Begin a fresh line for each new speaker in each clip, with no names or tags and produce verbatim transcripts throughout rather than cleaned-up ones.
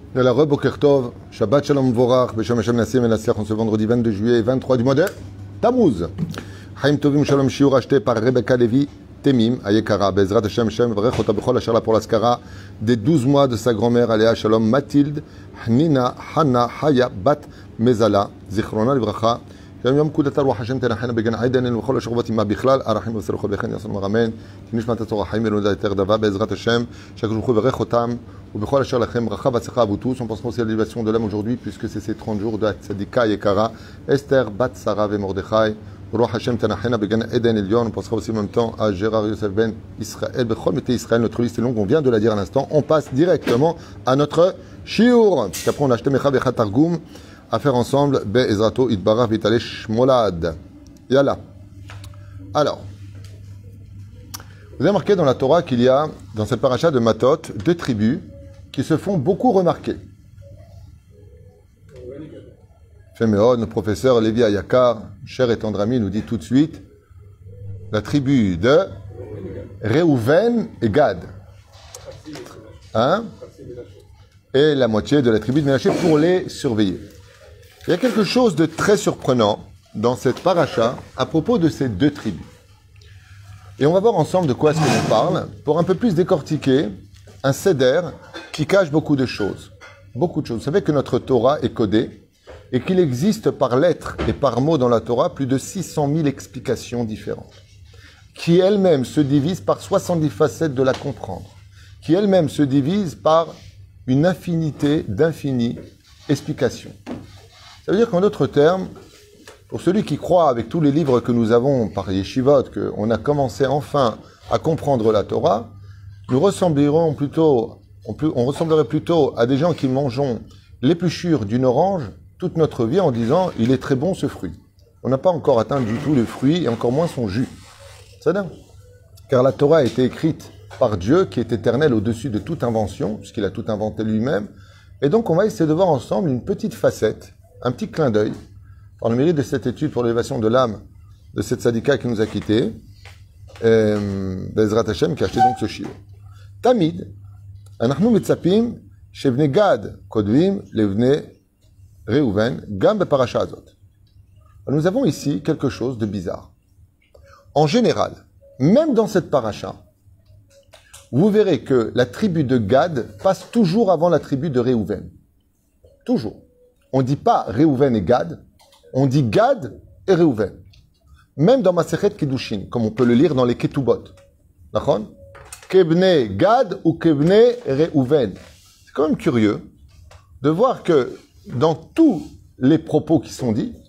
Yalla re boker tov, Shabbat shalom vorach, Beshem Hashem Nassim et Nassiach, en ce vendredi vingt-deux juillet, vingt-trois du mois de Tammuz. Chaim tovim shalom shiur acheté par Rebecca Levi Temim, Ayekara, Bezrat Hashem Hashem, Vrech ota bechol asher la pour la skara des douze mois de sa grand-mère, Aléa Shalom Mathilde, Hnina, Hanna, Haya, Bat, Mezala, Zichrona livracha. يوم كودة روح حشم تنحنا بجن عيدن وخل شغبتي ما بخلال أرحم وسرخ بخن يصل مغامين كنيش ما تسوق حيمر ودا تغدوا بعزرة الشام شكل خو بغير ختام وبخل شغل خيم رخبة سخا vous tous on pense aussi à l'élévation de l'âme aujourd'hui puisque c'est ces trente jours de Tzadika Yekara Esther Bat Sarah et Mordechai روح حشم تنحنا بجن عيدن اليوم on pensera aussi en même temps à Gérard Yosef Ben Israël بخل متى Israël notre liste est longue on vient de la dire à l'instant on passe directement à notre shiur qu'après on a acheté Mecha Vechat Targum à faire ensemble, Be'ezrato Idbarach Vitale Shmolad. Yalla. Alors, vous avez remarqué dans la Torah qu'il y a, dans cette paracha de Matot, deux tribus qui se font beaucoup remarquer. Féméon, le professeur Lévi Ayakar, cher et tendre ami, nous dit tout de suite la tribu de Réhouven et Gad. Hein? Et la moitié de la tribu de Ménaché pour les surveiller. Il y a quelque chose de très surprenant dans cette paracha à propos de ces deux tribus. Et on va voir ensemble de quoi est-ce que l'on parle pour un peu plus décortiquer un seder qui cache beaucoup de choses. Beaucoup de choses. Vous savez que notre Torah est codée et qu'il existe par lettres et par mots dans la Torah plus de six cent mille explications différentes qui elles-mêmes se divisent par soixante-dix facettes de la comprendre, qui elles-mêmes se divisent par une infinité d'infinies explications. Ça veut dire qu'en d'autres termes, pour celui qui croit avec tous les livres que nous avons par Yeshivot, qu'on a commencé enfin à comprendre la Torah, nous ressemblerions plutôt, on, peut, on ressemblerait plutôt à des gens qui mangeons l'épluchure d'une orange toute notre vie en disant « il est très bon ce fruit ». On n'a pas encore atteint du tout le fruit et encore moins son jus. C'est dingue. Car la Torah a été écrite par Dieu qui est éternel au-dessus de toute invention, puisqu'il a tout inventé lui-même. Et donc on va essayer de voir ensemble une petite facette, un petit clin d'œil, par le mérite de cette étude pour l'élévation de l'âme de cette Tzadika qui nous a quittés, Bezrat Hashem, qui a acheté donc ce shiur. Tamid, anachnu mitzapim, shevne Gad, kodvim, levne Reuven, gam beparasha azot. Nous avons ici quelque chose de bizarre. En général, même dans cette paracha, vous verrez que la tribu de Gad passe toujours avant la tribu de Reuven. Toujours. On ne dit pas Reuven et Gad, on dit Gad et Reuven. Même dans Masechet Kiddushin, comme on peut le lire dans les Ketubot. D'accord? Kebne Gad ou Kebne Reuven. C'est quand même curieux de voir que dans tous les propos qui sont dits,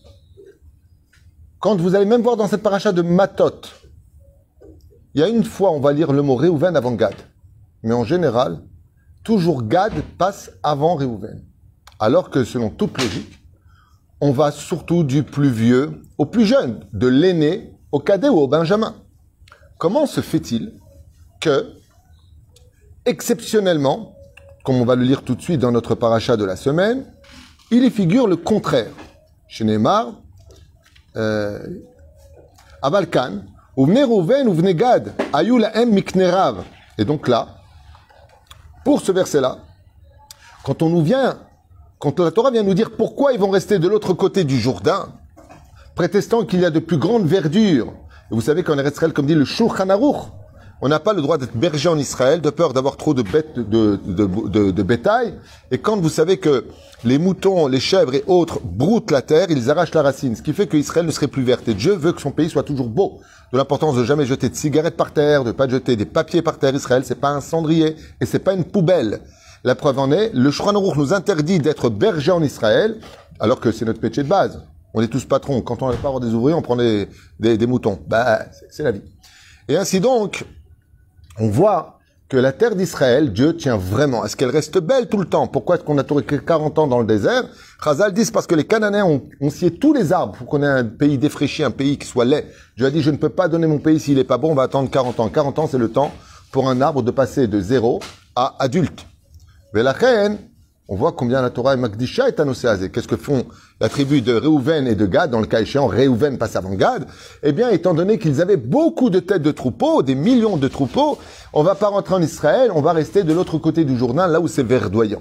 quand vous allez même voir dans cette paracha de Matot, il y a une fois, on va lire le mot Reuven avant Gad. Mais en général, toujours Gad passe avant Reuven. Alors que selon toute logique, on va surtout du plus vieux au plus jeune, de l'aîné au cadet ou au benjamin. Comment se fait-il que, exceptionnellement, comme on va le lire tout de suite dans notre paracha de la semaine, il y figure le contraire. Chez Neymar, euh, à Balkan, ou venez Reuven ou venez Gad, ayou lahem miknerav. Et donc là, pour ce verset-là, quand on nous vient Quand la Torah vient nous dire pourquoi ils vont rester de l'autre côté du Jourdain, prétestant qu'il y a de plus grandes verdures. Et vous savez qu'en Israël, comme dit le Shulchan Aruch, on n'a pas le droit d'être berger en Israël, de peur d'avoir trop de bêtes de, de, de, de, de bétail. Et quand vous savez que les moutons, les chèvres et autres broutent la terre, ils arrachent la racine. Ce qui fait qu'Israël ne serait plus verte. Et Dieu veut que son pays soit toujours beau. De l'importance de jamais jeter de cigarettes par terre, de pas jeter des papiers par terre. Israël, c'est pas un cendrier et c'est pas une poubelle. La preuve en est, le Shulchan Aruch nous interdit d'être berger en Israël, alors que c'est notre métier de base. On est tous patrons. Quand on n'a pas avoir des ouvriers, on prend des, des, des moutons. Bah, c'est la vie. Et ainsi donc, on voit que la terre d'Israël, Dieu tient vraiment. Est-ce qu'elle reste belle tout le temps? Pourquoi est-ce qu'on a tourné quarante ans dans le désert? Chazal dit, c'est parce que les Cananéens ont, ont scié tous les arbres pour qu'on ait un pays défraîchi, un pays qui soit laid. Dieu a dit, je ne peux pas donner mon pays s'il n'est pas bon, on va attendre quarante ans. quarante ans, c'est le temps pour un arbre de passer de zéro à adulte. Mais la reine, on voit combien la Torah et Makdisha est annoncée. Qu'est-ce que font la tribu de Reuven et de Gad? Dans le cas échéant, Reuven passe avant Gad. Eh bien, étant donné qu'ils avaient beaucoup de têtes de troupeaux, des millions de troupeaux, on va pas rentrer en Israël, on va rester de l'autre côté du Jourdain, là où c'est verdoyant.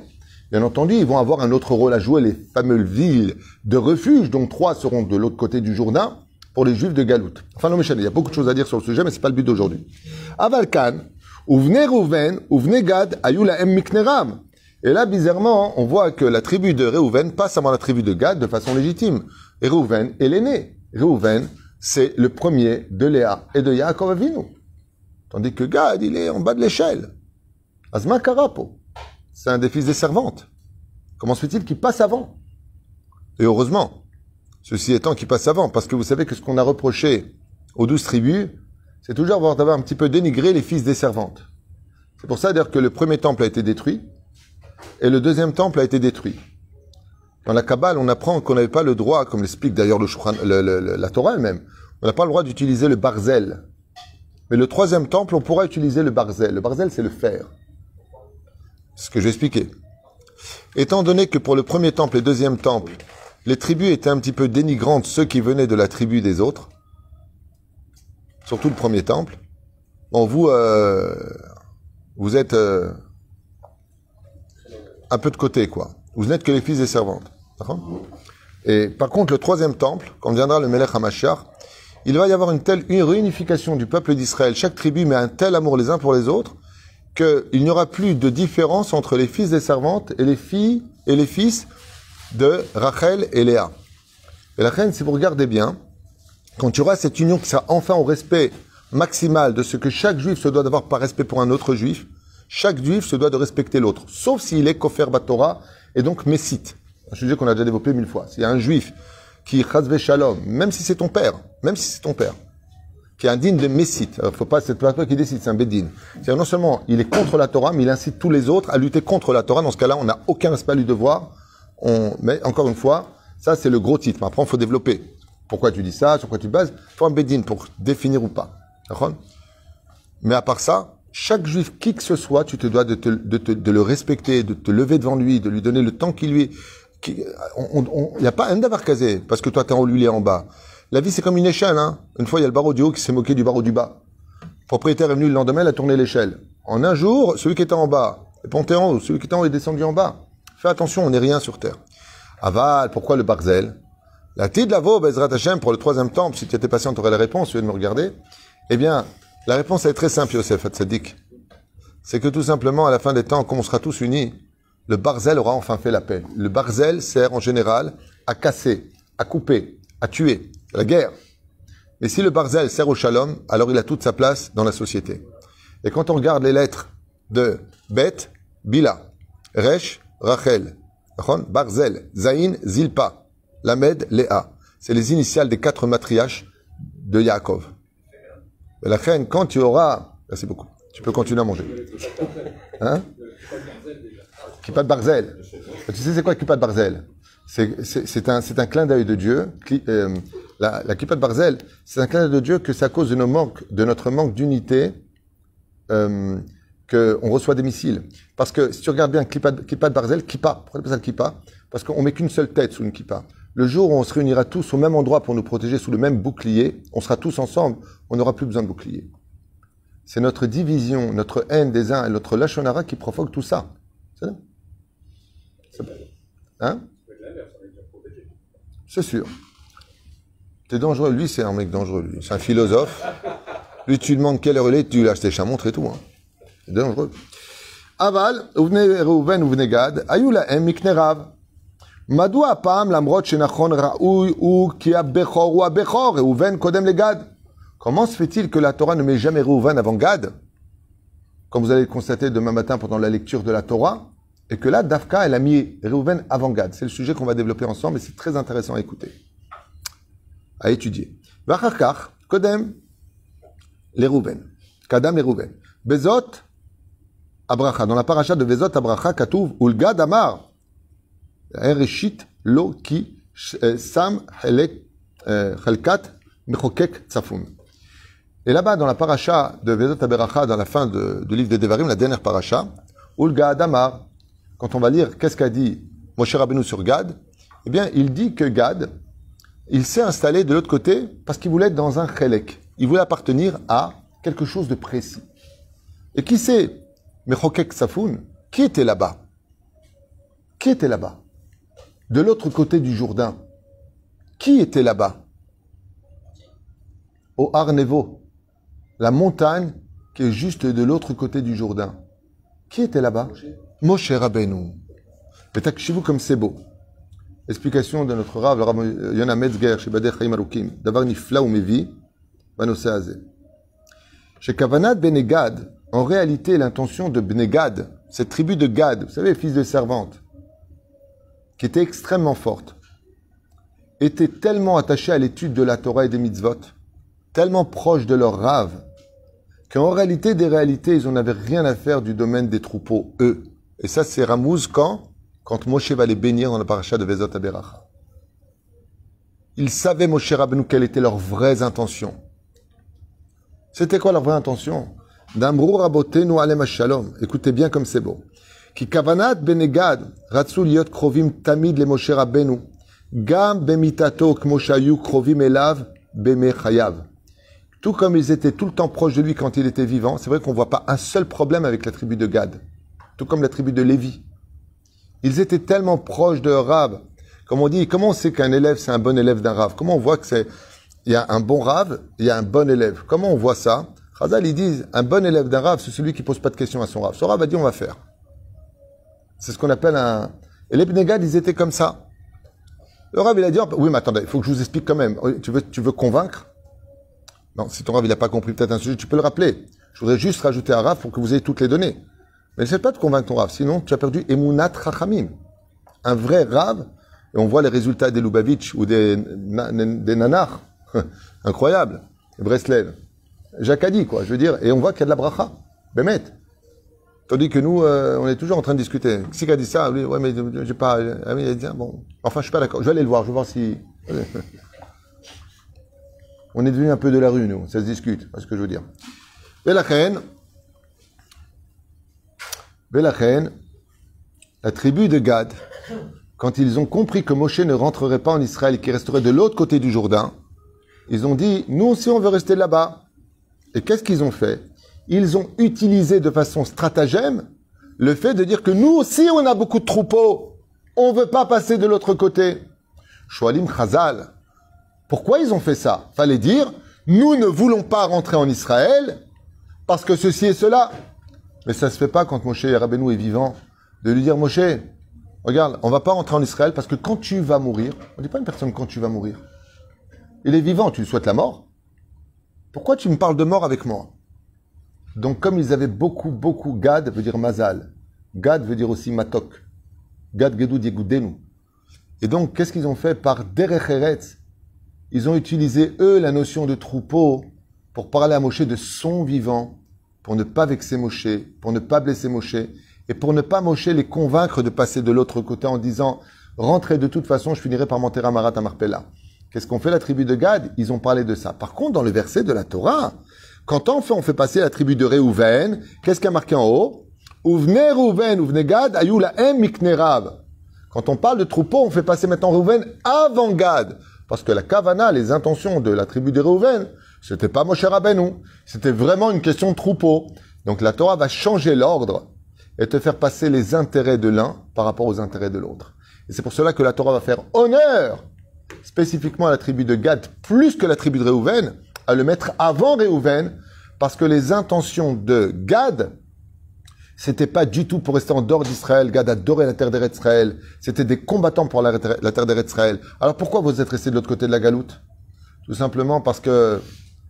Bien entendu, ils vont avoir un autre rôle à jouer, les fameuses villes de refuge, dont trois seront de l'autre côté du Jourdain, pour les Juifs de Galout. Enfin, non, mais il y a beaucoup de choses à dire sur le sujet, mais c'est pas le but d'aujourd'hui. Avalkan, Ouvne Reuven, Ouvne Gad, Ayula M. Mikneram. Et là, bizarrement, on voit que la tribu de Reuven passe avant la tribu de Gad de façon légitime. Et Reuven est l'aîné. Reuven, c'est le premier de Léa et de Yaakov Avinu. Tandis que Gad, il est en bas de l'échelle. Azma Karapo. C'est un des fils des servantes. Comment se fait-il qu'il passe avant? Et heureusement, ceci étant qu'il passe avant, parce que vous savez que ce qu'on a reproché aux douze tribus, c'est toujours d'avoir un petit peu dénigré les fils des servantes. C'est pour ça d'ailleurs que le premier temple a été détruit, et le deuxième temple a été détruit. Dans la Kabbale, on apprend qu'on n'avait pas le droit, comme l'explique d'ailleurs le, le, le, la Torah elle-même, on n'a pas le droit d'utiliser le barzel. Mais le troisième temple, on pourra utiliser le barzel. Le barzel, c'est le fer. C'est ce que j'ai expliqué. Étant donné que pour le premier temple et le deuxième temple, les tribus étaient un petit peu dénigrantes, ceux qui venaient de la tribu des autres, surtout le premier temple, bon, vous, euh, vous êtes euh, un peu de côté, quoi. Vous n'êtes que les fils des servantes. D'accord ? Et par contre, le troisième temple, quand viendra le Melech HaMashiach, il va y avoir une telle une réunification du peuple d'Israël. Chaque tribu met un tel amour les uns pour les autres qu'il n'y aura plus de différence entre les fils des servantes et les filles et les fils de Rachel et Léa. Et la reine, si vous regardez bien, quand il y aura cette union qui sera enfin au respect maximal de ce que chaque juif se doit d'avoir par respect pour un autre juif, chaque juif se doit de respecter l'autre, sauf s'il est Kofer Batorah et donc Messite. Un sujet qu'on a déjà développé mille fois. S'il y a un juif qui Chazve Shalom, même si c'est ton père, même si c'est ton père, qui est indigne de Messite. Alors, faut pas, c'est pas toi qui décide, c'est un Bédine. C'est-à-dire, non seulement il est contre la Torah, mais il incite tous les autres à lutter contre la Torah. Dans ce cas-là, on n'a aucun respect à lui devoir. On, mais encore une fois, ça, c'est le gros titre. Mais après, il faut développer. Pourquoi tu dis ça? Sur quoi tu te bases? Il faut un Bédine pour définir ou pas. D'accord? Mais à part ça, chaque juif, qui que ce soit, tu te dois de, te, de, te, de le respecter, de te lever devant lui, de lui donner le temps qu'il lui, il n'y a pas un d'avoir casé, parce que toi, t'es en haut, lui, il est en bas. La vie, c'est comme une échelle, hein. Une fois, il y a le barreau du haut qui s'est moqué du barreau du bas. Le propriétaire est venu le lendemain, il a tourné l'échelle. En un jour, celui qui était en bas est monté en haut, celui qui était en haut est descendu en bas. Fais attention, on n'est rien sur terre. Aval, pourquoi le barzel? La tide lavo, Bezrat Hashem, pour le troisième temple, si tu étais patient, tu aurais la réponse, tu viens de me regarder. Eh bien, la réponse est très simple, Yosef Hatzadik. C'est que tout simplement, à la fin des temps, comme on sera tous unis, le barzel aura enfin fait la paix. Le barzel sert en général à casser, à couper, à tuer. La guerre. Mais si le barzel sert au shalom, alors il a toute sa place dans la société. Et quand on regarde les lettres de Bet, Bila, Resh, Rachel, Barzel, Zayin, Zilpa, Lamed, Léa. C'est les initiales des quatre matriarches de Yaakov. Et la reine, quand tu auras... Merci beaucoup. Tu peux continuer à manger. Hein? Kippat Barzel. Tu sais c'est quoi Kippat Barzel? C'est, c'est, c'est, un, c'est un clin d'œil de Dieu. Euh, la, la Kippat Barzel, c'est un clin d'œil de Dieu que c'est à cause de, nos manques, de notre manque d'unité euh, qu'on reçoit des missiles. Parce que si tu regardes bien Kippat, Kippat Barzel, Kippa, pourquoi on appelle ça le Kippa? Parce qu'on met qu'une seule tête sous une Kippa. Le jour où on se réunira tous au même endroit pour nous protéger sous le même bouclier, on sera tous ensemble, on n'aura plus besoin de bouclier. C'est notre division, notre haine des uns et notre lachonara qui provoque tout ça. C'est ça? Hein? C'est sûr. T'es dangereux. Lui, c'est un mec dangereux. Lui. C'est un philosophe. Lui, tu lui demandes quelle heure il est, tu lui achètes un montre et tout. Hein. C'est dangereux. Aval, Ouvne Reuven, Ouvne Gad, Ayula em Miknerav. Madou apam lamrot shenachon raoui ou ki abechor ou abechor, Reuven kodem le Gad. Comment se fait-il que la Torah ne met jamais Reuven avant Gad? Comme vous allez le constater demain matin pendant la lecture de la Torah, et que là, Dafka, elle a mis Reuven avant Gad. C'est le sujet qu'on va développer ensemble et c'est très intéressant à écouter, à étudier. Vacharkar, Kodem, les Reuven. Kadam les Reuven. Bezot, Abracha. Dans la paracha de Bezot, Abracha, Katouv, Ulgad Amar. Ereshit, Lo, Ki, Sam, Chelkat, Mechokek, Tsafun. Et là-bas, dans la paracha de Bezot Abracha, dans la fin de, du livre des Devarim, la dernière paracha, Ulgad Amar. Quand on va lire qu'est-ce qu'a dit Moshe Rabbeinu sur Gad, eh bien, il dit que Gad, il s'est installé de l'autre côté parce qu'il voulait être dans un chelek. Il voulait appartenir à quelque chose de précis. Et qui c'est Mechokek Safoun? Qui était là-bas? Qui était là-bas? De l'autre côté du Jourdain. Qui était là-bas? Au Har Nevo, la montagne qui est juste de l'autre côté du Jourdain. Qui était là-bas? Moshe Rabbeinu. Et takshivou comme c'est beau. Explication de notre Rav, le Rav Yona Metzger, chez Badeh Chaim Arukim. Davar nifla ou mevi, banose azeh. Chez Kavanat Bene Gad, en réalité, l'intention de Bene Gad, cette tribu de Gad, vous savez, fils de servante, qui était extrêmement forte, était tellement attachée à l'étude de la Torah et des mitzvot, tellement proche de leur Rav, qu'en réalité des réalités, ils n'en avaient rien à faire du domaine des troupeaux, eux. Et ça, c'est Ramouz quand Quand Moshe va les bénir dans la paracha de Vezot Aberacha. Ils savaient, Moshe Rabbeinu, quelles étaient leurs vraies intentions. C'était quoi leur vraie intention? D'Amrou Rabotenu Alem Shalom. Écoutez bien comme c'est beau. Ki kavanat benegad ratzu liot krovim tamid le Moshe Rabbeinu. Gam bemitato kmoshayu krovim elav bemechayav. Tout comme ils étaient tout le temps proches de lui quand il était vivant, c'est vrai qu'on ne voit pas un seul problème avec la tribu de Gad. Tout comme la tribu de Lévi. Ils étaient tellement proches de Rav. Comme on dit, comment on sait qu'un élève, c'est un bon élève d'un Rav? Comment on voit que c'est, il y a un bon Rav, il y a un bon élève? Comment on voit ça? Chazal, ils disent, un bon élève d'un Rav, c'est celui qui pose pas de questions à son Rav. Son Rav a dit, on va faire. C'est ce qu'on appelle un... Et les Bnei Gad, ils étaient comme ça. Le Rav, il a dit, oui, mais attendez, il faut que je vous explique quand même. Tu veux, tu veux convaincre? Non, si ton Rav, il n'a pas compris peut-être un sujet, tu peux le rappeler. Je voudrais juste rajouter un Rav pour que vous ayez toutes les données. Mais n'essaie pas de convaincre ton Rav, sinon tu as perdu Emunat Chachamim. Un vrai Rav, et on voit les résultats des Lubavitch ou des, des Nanar. Incroyable. Breslev. Jacques a dit, quoi, je veux dire, et on voit qu'il y a de la bracha. Bémet. Tandis que nous, euh, on est toujours en train de discuter. Qui c'est qui a dit ça? Oui, ouais, mais j'ai pas. Ah oui, il a dit, bon. Enfin, je suis pas d'accord. Je vais aller le voir, je vais voir si. On est devenu un peu de la rue, nous. Ça se discute, c'est ce que je veux dire. Et la reine. Belachen, la tribu de Gad, quand ils ont compris que Moshe ne rentrerait pas en Israël et qu'il resterait de l'autre côté du Jourdain, ils ont dit, nous aussi on veut rester là-bas. Et qu'est-ce qu'ils ont fait? Ils ont utilisé de façon stratagème le fait de dire que nous aussi on a beaucoup de troupeaux, on ne veut pas passer de l'autre côté. Shoalim Chazal. Pourquoi ils ont fait ça? Fallait dire, nous ne voulons pas rentrer en Israël parce que ceci et cela. Mais ça ne se fait pas quand Moshe Rabbeinu est vivant, de lui dire, Moshe, regarde, on ne va pas rentrer en Israël parce que quand tu vas mourir, on ne dit pas à une personne quand tu vas mourir. Il est vivant, tu lui souhaites la mort. Pourquoi tu me parles de mort avec moi? Donc comme ils avaient beaucoup, beaucoup, Gad veut dire Mazal. Gad veut dire aussi Matok. Gad Gedou Yegoudenu. Et donc, qu'est-ce qu'ils ont fait? Par Derech Eretz, ils ont utilisé, eux, la notion de troupeau pour parler à Moshe de son vivant, pour ne pas vexer Moshe, pour ne pas blesser Moshe, et pour ne pas Moshe les convaincre de passer de l'autre côté en disant « Rentrez de toute façon, je finirai par monter à Marat à Marpella ». Qu'est-ce qu'on fait la tribu de Gad? Ils ont parlé de ça. Par contre, dans le verset de la Torah, quand enfin on fait passer la tribu de Réhouven, qu'est-ce qu'il y a marqué en haut? « Ouvne Réhouven, ouvne Gad, ayou la em miknerav ». Quand on parle de troupeau, on fait passer maintenant Réhouven avant Gad. Parce que la kavana, les intentions de la tribu de Réhouven, c'était pas Moshe Rabbeinu. C'était vraiment une question de troupeau. Donc la Torah va changer l'ordre et te faire passer les intérêts de l'un par rapport aux intérêts de l'autre. Et c'est pour cela que la Torah va faire honneur spécifiquement à la tribu de Gad plus que la tribu de Réhouven, à le mettre avant Réhouven, parce que les intentions de Gad, c'était pas du tout pour rester en dehors d'Israël. Gad adorait la terre d'Eretz Israël. C'était des combattants pour la, la terre d'Eretz Israël. Alors pourquoi vous êtes restés de l'autre côté de la galoute? Tout simplement parce que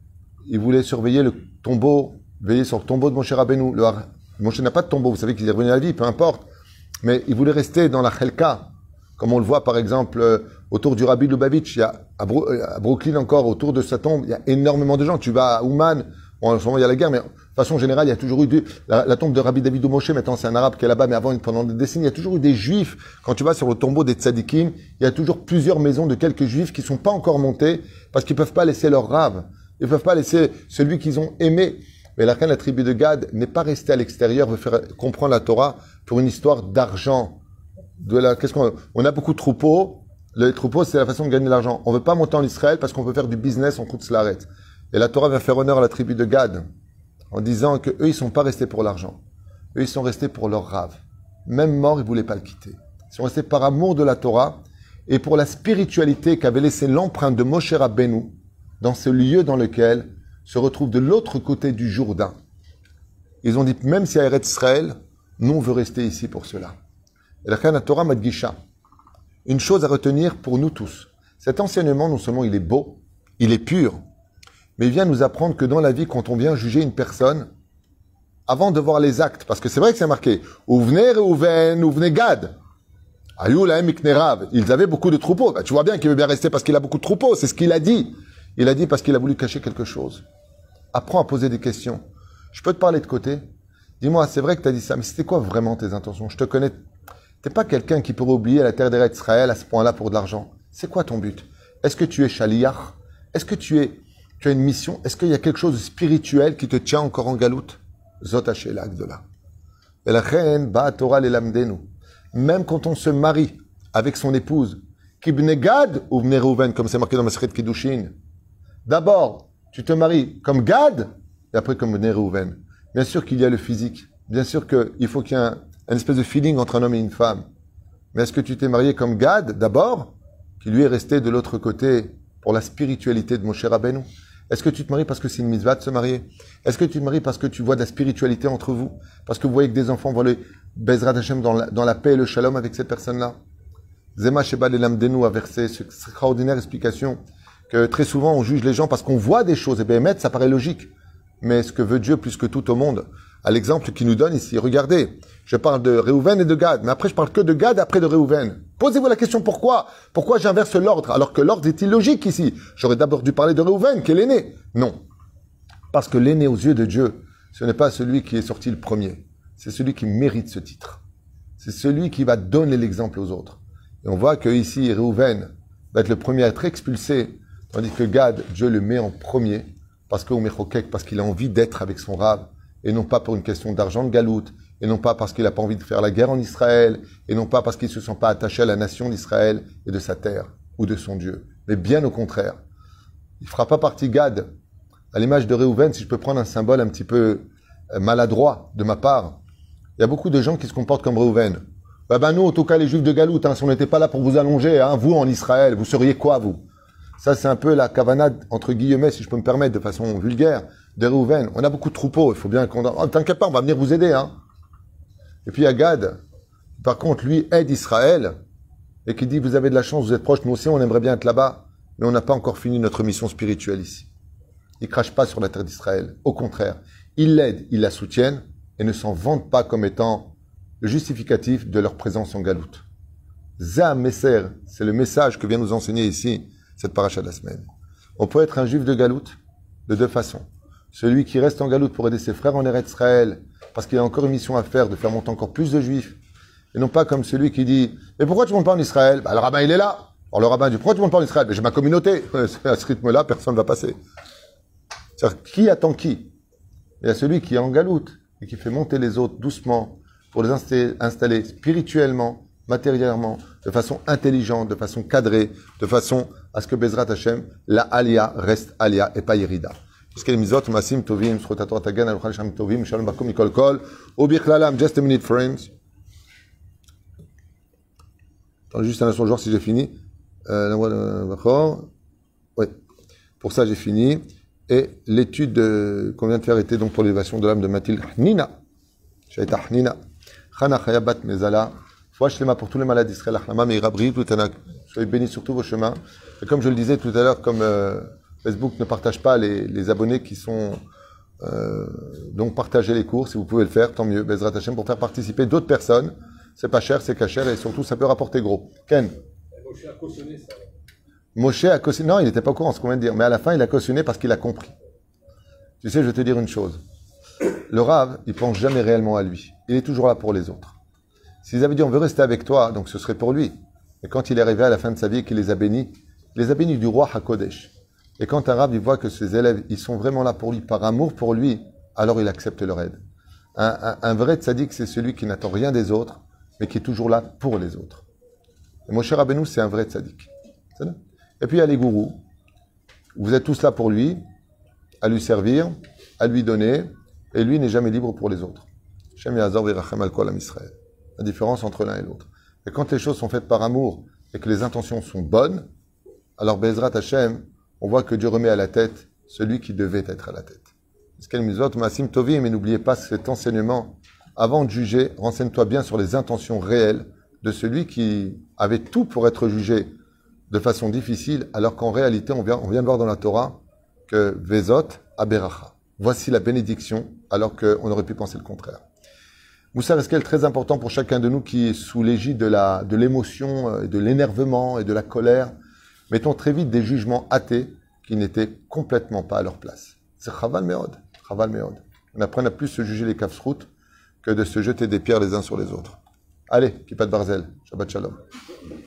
ils voulaient surveiller le tombeau, veiller sur le tombeau de Moshe Rabbeinu. Le Moshe n'a pas de tombeau, vous savez qu'il est revenu à la vie, peu importe. Mais ils voulaient rester dans la Chelka, comme on le voit par exemple euh, autour du Rabbi Lubavitch. Il y a à, Bro à Brooklyn encore, autour de sa tombe, il y a énormément de gens. Tu vas à Ouman, bon, en ce moment il y a la guerre, mais de façon générale, il y a toujours eu du, la, la tombe de Rabbi David Moshe, maintenant c'est un arabe qui est là-bas, mais avant, pendant des décennies, il y a toujours eu des juifs. Quand tu vas sur le tombeau des tzadikim, il y a toujours plusieurs maisons de quelques juifs qui sont pas encore montés parce qu'ils peuvent pas laisser leur rave. Ils peuvent pas laisser celui qu'ils ont aimé. Mais la reine, la tribu de Gad, n'est pas restée à l'extérieur, veut faire comprendre la Torah pour une histoire d'argent. De la, qu'est-ce qu'on, on a beaucoup de troupeaux. Les troupeaux, c'est la façon de gagner de l'argent. On veut pas monter en Israël parce qu'on peut faire du business en Koutz-Laret. Et la Torah va faire honneur à la tribu de Gad en disant que eux, ils sont pas restés pour l'argent. Eux, ils sont restés pour leur rave. Même mort, ils voulaient pas le quitter. Ils sont restés par amour de la Torah et pour la spiritualité qu'avait laissé l'empreinte de Moshe Rabbeinu dans ce lieu dans lequel se retrouve de l'autre côté du Jourdain. Ils ont dit, même si à Eretz Israël, nous on veut rester ici pour cela. Et la Torah Madgisha, une chose à retenir pour nous tous. Cet enseignement, non seulement il est beau, il est pur, mais il vient nous apprendre que dans la vie, quand on vient juger une personne, avant de voir les actes, parce que c'est vrai que c'est marqué, Ouvnei Reuven, Ouvnei Gad, Ayou lahem iknerav, ils avaient beaucoup de troupeaux. Bah, tu vois bien qu'il veut bien rester parce qu'il a beaucoup de troupeaux, c'est ce qu'il a dit. Il a dit parce qu'il a voulu cacher quelque chose. Apprends à poser des questions. Je peux te parler de côté? Dis-moi, c'est vrai que tu as dit ça, mais c'était quoi vraiment tes intentions? Je te connais. T'es pas quelqu'un qui pourrait oublier la terre d'Eretz Israël à ce point-là pour de l'argent. C'est quoi ton but? Est-ce que tu es shaliach? Est-ce que tu es, tu as une mission? Est-ce qu'il y a quelque chose de spirituel qui te tient encore en galoute? Zot hashela agdola. Et la reine ba Torah lelamdenu. Même quand on se marie avec son épouse, Kibne Gad ou Bnei Reuven, comme c'est marqué dans Masechet Kiddushin. D'abord, tu te maries comme Gad, et après comme Bnei Reuven. Bien sûr qu'il y a le physique. Bien sûr qu'il faut qu'il y ait un, un espèce de feeling entre un homme et une femme. Mais est-ce que tu t'es marié comme Gad, d'abord, qui lui est resté de l'autre côté pour la spiritualité de Moshe Rabbeinu? Est-ce que tu te maries parce que c'est une mitzvah de se marier? Est-ce que tu te maries parce que tu vois de la spiritualité entre vous? Parce que vous voyez que des enfants vont aller Bezrat Hashem dans la, dans la paix et le shalom avec cette personne-là? Zema Sheba Lelamdenu a versé cette extraordinaire explication que très souvent on juge les gens parce qu'on voit des choses. Et bien, mettre, ça paraît logique. Mais ce que veut Dieu plus que tout au monde, à l'exemple qu'il nous donne ici, regardez, je parle de Reuven et de Gad, mais après je parle que de Gad après de Reuven. Posez-vous la question pourquoi? Pourquoi j'inverse l'ordre alors que l'ordre est illogique ici? J'aurais d'abord dû parler de Reuven, qui est l'aîné. Non. Parce que l'aîné aux yeux de Dieu, ce n'est pas celui qui est sorti le premier. C'est celui qui mérite ce titre. C'est celui qui va donner l'exemple aux autres. Et on voit que ici, Reuven va être le premier à être expulsé, tandis que Gad, Dieu le met en premier, parce que parce qu'il a envie d'être avec son rave, et non pas pour une question d'argent de galoute, et non pas parce qu'il n'a pas envie de faire la guerre en Israël, et non pas parce qu'il ne se sent pas attaché à la nation d'Israël et de sa terre, ou de son Dieu. Mais bien au contraire. Il ne fera pas partie Gad. À l'image de Reuven, si je peux prendre un symbole un petit peu maladroit de ma part, il y a beaucoup de gens qui se comportent comme Reuven. Bah ben nous, en tout cas, les Juifs de Galoute, hein, si on n'était pas là pour vous allonger, hein, vous en Israël, vous seriez quoi, vous? Ça, c'est un peu la cavanade, entre guillemets, si je peux me permettre, de façon vulgaire, de Reuven. On a beaucoup de troupeaux, il faut bien qu'on... Oh, t'inquiète pas, on va venir vous aider, hein. Et puis il y a Gad, par contre, lui aide Israël, et qui dit, vous avez de la chance, vous êtes proches, nous aussi, on aimerait bien être là-bas, mais on n'a pas encore fini notre mission spirituelle ici. Il crache pas sur la terre d'Israël. Au contraire, ils l'aident, ils la soutiennent, et ne s'en vantent pas comme étant le justificatif de leur présence en galoute. Za Messer, c'est le message que vient nous enseigner ici cette paracha de la semaine. On peut être un juif de galoute de deux façons. Celui qui reste en galoute pour aider ses frères en Eretz Israël, parce qu'il a encore une mission à faire, de faire monter encore plus de juifs, et non pas comme celui qui dit « Mais pourquoi tu ne montes pas en Israël ?» Bah, le rabbin, il est là. Alors le rabbin dit « Pourquoi tu ne montes pas en Israël ?» Mais j'ai ma communauté. À ce rythme-là, personne ne va passer. C'est-à-dire, qui attend qui? Il y a celui qui est en galoute et qui fait monter les autres doucement pour les installer, installer spirituellement, matériellement, de façon intelligente, de façon cadrée, de façon à ce que Bezrat Hashem, la Aliyah reste Aliyah et pas Yerida. Jusqu'à l'émisode, Massim Tovim, Srotator Tagan, Aluchal Sham Tovim, Shalom Bakum, Mikol Kol, Obichlalam, just a minute, friends. Attends, juste un instant, genre si j'ai fini. Euh, oui. Pour ça, j'ai fini. Et l'étude euh, qu'on vient de faire était donc pour l'élévation de l'âme de Mathilde Nina. Shaita Nina. Chana Chayabat Mezala. Foi Shlema pour tous les malades d'Israël. Achlama Meira Bri, Plutanak. Soyez bénis sur tous vos chemins. Et comme je le disais tout à l'heure, comme euh, Facebook ne partage pas les, les abonnés qui sont. Euh, donc partagez les cours, si vous pouvez le faire, tant mieux. Bezrat Hashem pour faire participer d'autres personnes. C'est pas cher, c'est cachère et surtout ça peut rapporter gros. Ken.
Moshe a cautionné ça.
Moshe a cautionné. Non, il n'était pas au courant, ce qu'on vient de dire. Mais à la fin, il a cautionné parce qu'il a compris. Tu sais, je vais te dire une chose. Le Rav, il pense jamais réellement à lui. Il est toujours là pour les autres. S'ils avaient dit, on veut rester avec toi, donc ce serait pour lui. Et quand il est arrivé à la fin de sa vie et qu'il les a bénis, il les a bénis du roi HaKodesh. Et quand un Rav, il voit que ses élèves, ils sont vraiment là pour lui, par amour pour lui, alors il accepte leur aide. Un, un, un vrai tzaddik, c'est celui qui n'attend rien des autres, mais qui est toujours là pour les autres. Et Moshe Rabbeinu, c'est un vrai tzaddik. Et puis il y a les gourous. Vous êtes tous là pour lui, à lui servir, à lui donner, et lui n'est jamais libre pour les autres. Shem Yazor Virachem Al Kol Am Israël. La différence entre l'un et l'autre. Et quand les choses sont faites par amour et que les intentions sont bonnes, alors Bezrat Hashem, on voit que Dieu remet à la tête celui qui devait être à la tête. Mais n'oubliez pas cet enseignement. Avant de juger, renseigne-toi bien sur les intentions réelles de celui qui avait tout pour être jugé de façon difficile, alors qu'en réalité, on vient, on vient de voir dans la Torah que Vezot Aberacha. Voici la bénédiction, alors qu'on aurait pu penser le contraire. Moussa Eskel, très important pour chacun de nous qui est sous l'égide de la, de l'émotion, de l'énervement et de la colère. Mettons très vite des jugements athées qui n'étaient complètement pas à leur place. C'est Chaval Meod. Chaval Meod. On apprend à plus se juger les kafsrout que de se jeter des pierres les uns sur les autres. Allez, Kippat Barzel. Shabbat Shalom.